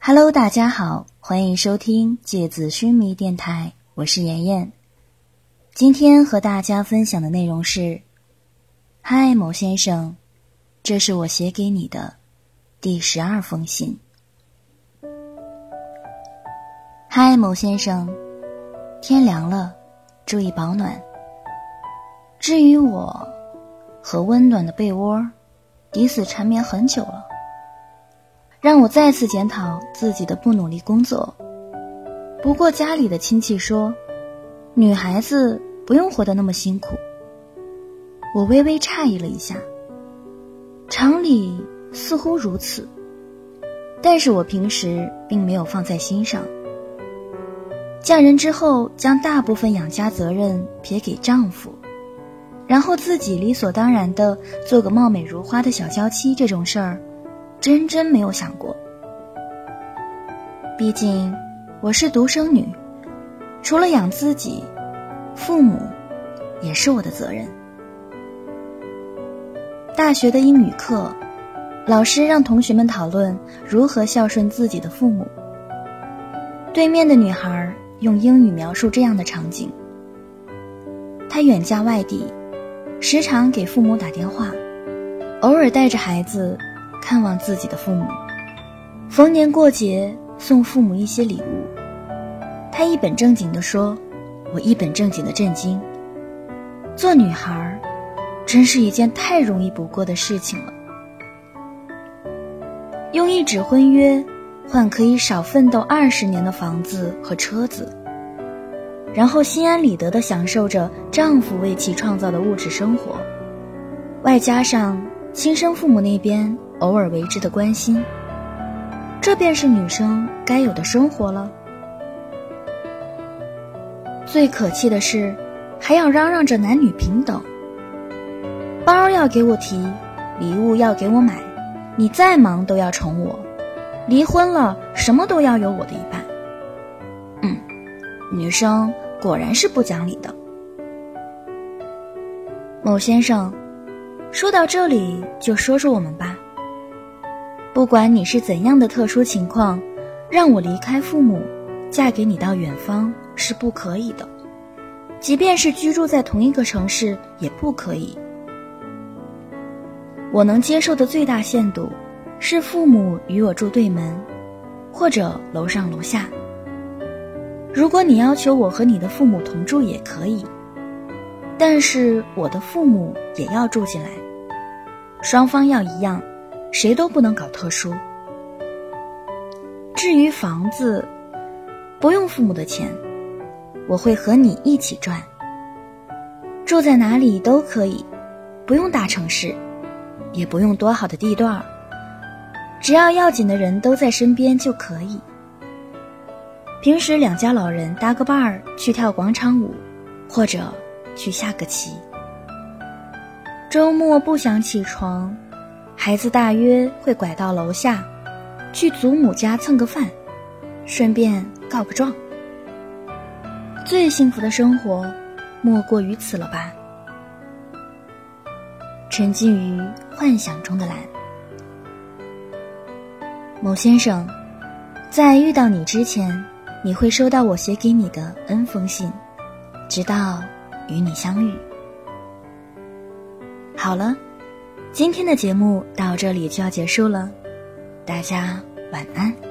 Hello， 大家好，欢迎收听芥子须弥电台，我是妍妍。今天和大家分享的内容是：嗨，某先生，这是我写给你的第12封信。嗨，某先生，天凉了，注意保暖。至于我，和温暖的被窝抵死缠绵很久了，让我再次检讨自己的不努力工作。不过家里的亲戚说，女孩子不用活得那么辛苦。我微微诧异了一下，常理似乎如此，但是我平时并没有放在心上。嫁人之后，将大部分养家责任撇给丈夫，然后自己理所当然地做个貌美如花的小娇妻，这种事儿真没有想过。毕竟我是独生女，除了养自己，父母也是我的责任。大学的英语课，老师让同学们讨论如何孝顺自己的父母。对面的女孩用英语描述这样的场景：她远嫁外地，时常给父母打电话，偶尔带着孩子看望自己的父母，逢年过节送父母一些礼物。她一本正经地说，我一本正经地震惊。做女孩真是一件太容易不过的事情了。用一纸婚约换可以少奋斗20年的房子和车子，然后心安理得地享受着丈夫为其创造的物质生活，外加上亲生父母那边偶尔为之的关心，这便是女生该有的生活了。最可气的是，还要嚷嚷着男女平等，包要给我提，礼物要给我买，你再忙都要宠我，离婚了什么都要有我的一半。女生果然是不讲理的。某先生，说到这里就说说我们吧。不管你是怎样的特殊情况，让我离开父母，嫁给你到远方是不可以的，即便是居住在同一个城市也不可以。我能接受的最大限度是父母与我住对门，或者楼上楼下。如果你要求我和你的父母同住也可以，但是我的父母也要住进来，双方要一样，谁都不能搞特殊。至于房子，不用父母的钱，我会和你一起赚。住在哪里都可以，不用大城市，也不用多好的地段，只要要紧的人都在身边就可以。平时两家老人搭个伴儿去跳广场舞，或者去下个棋。周末不想起床，孩子大约会拐到楼下，去祖母家蹭个饭，顺便告个状。最幸福的生活莫过于此了吧。沉浸于幻想中的蓝。某先生，在遇到你之前，你会收到我写给你的 N 封信，直到与你相遇。好了，今天的节目到这里就要结束了，大家晚安。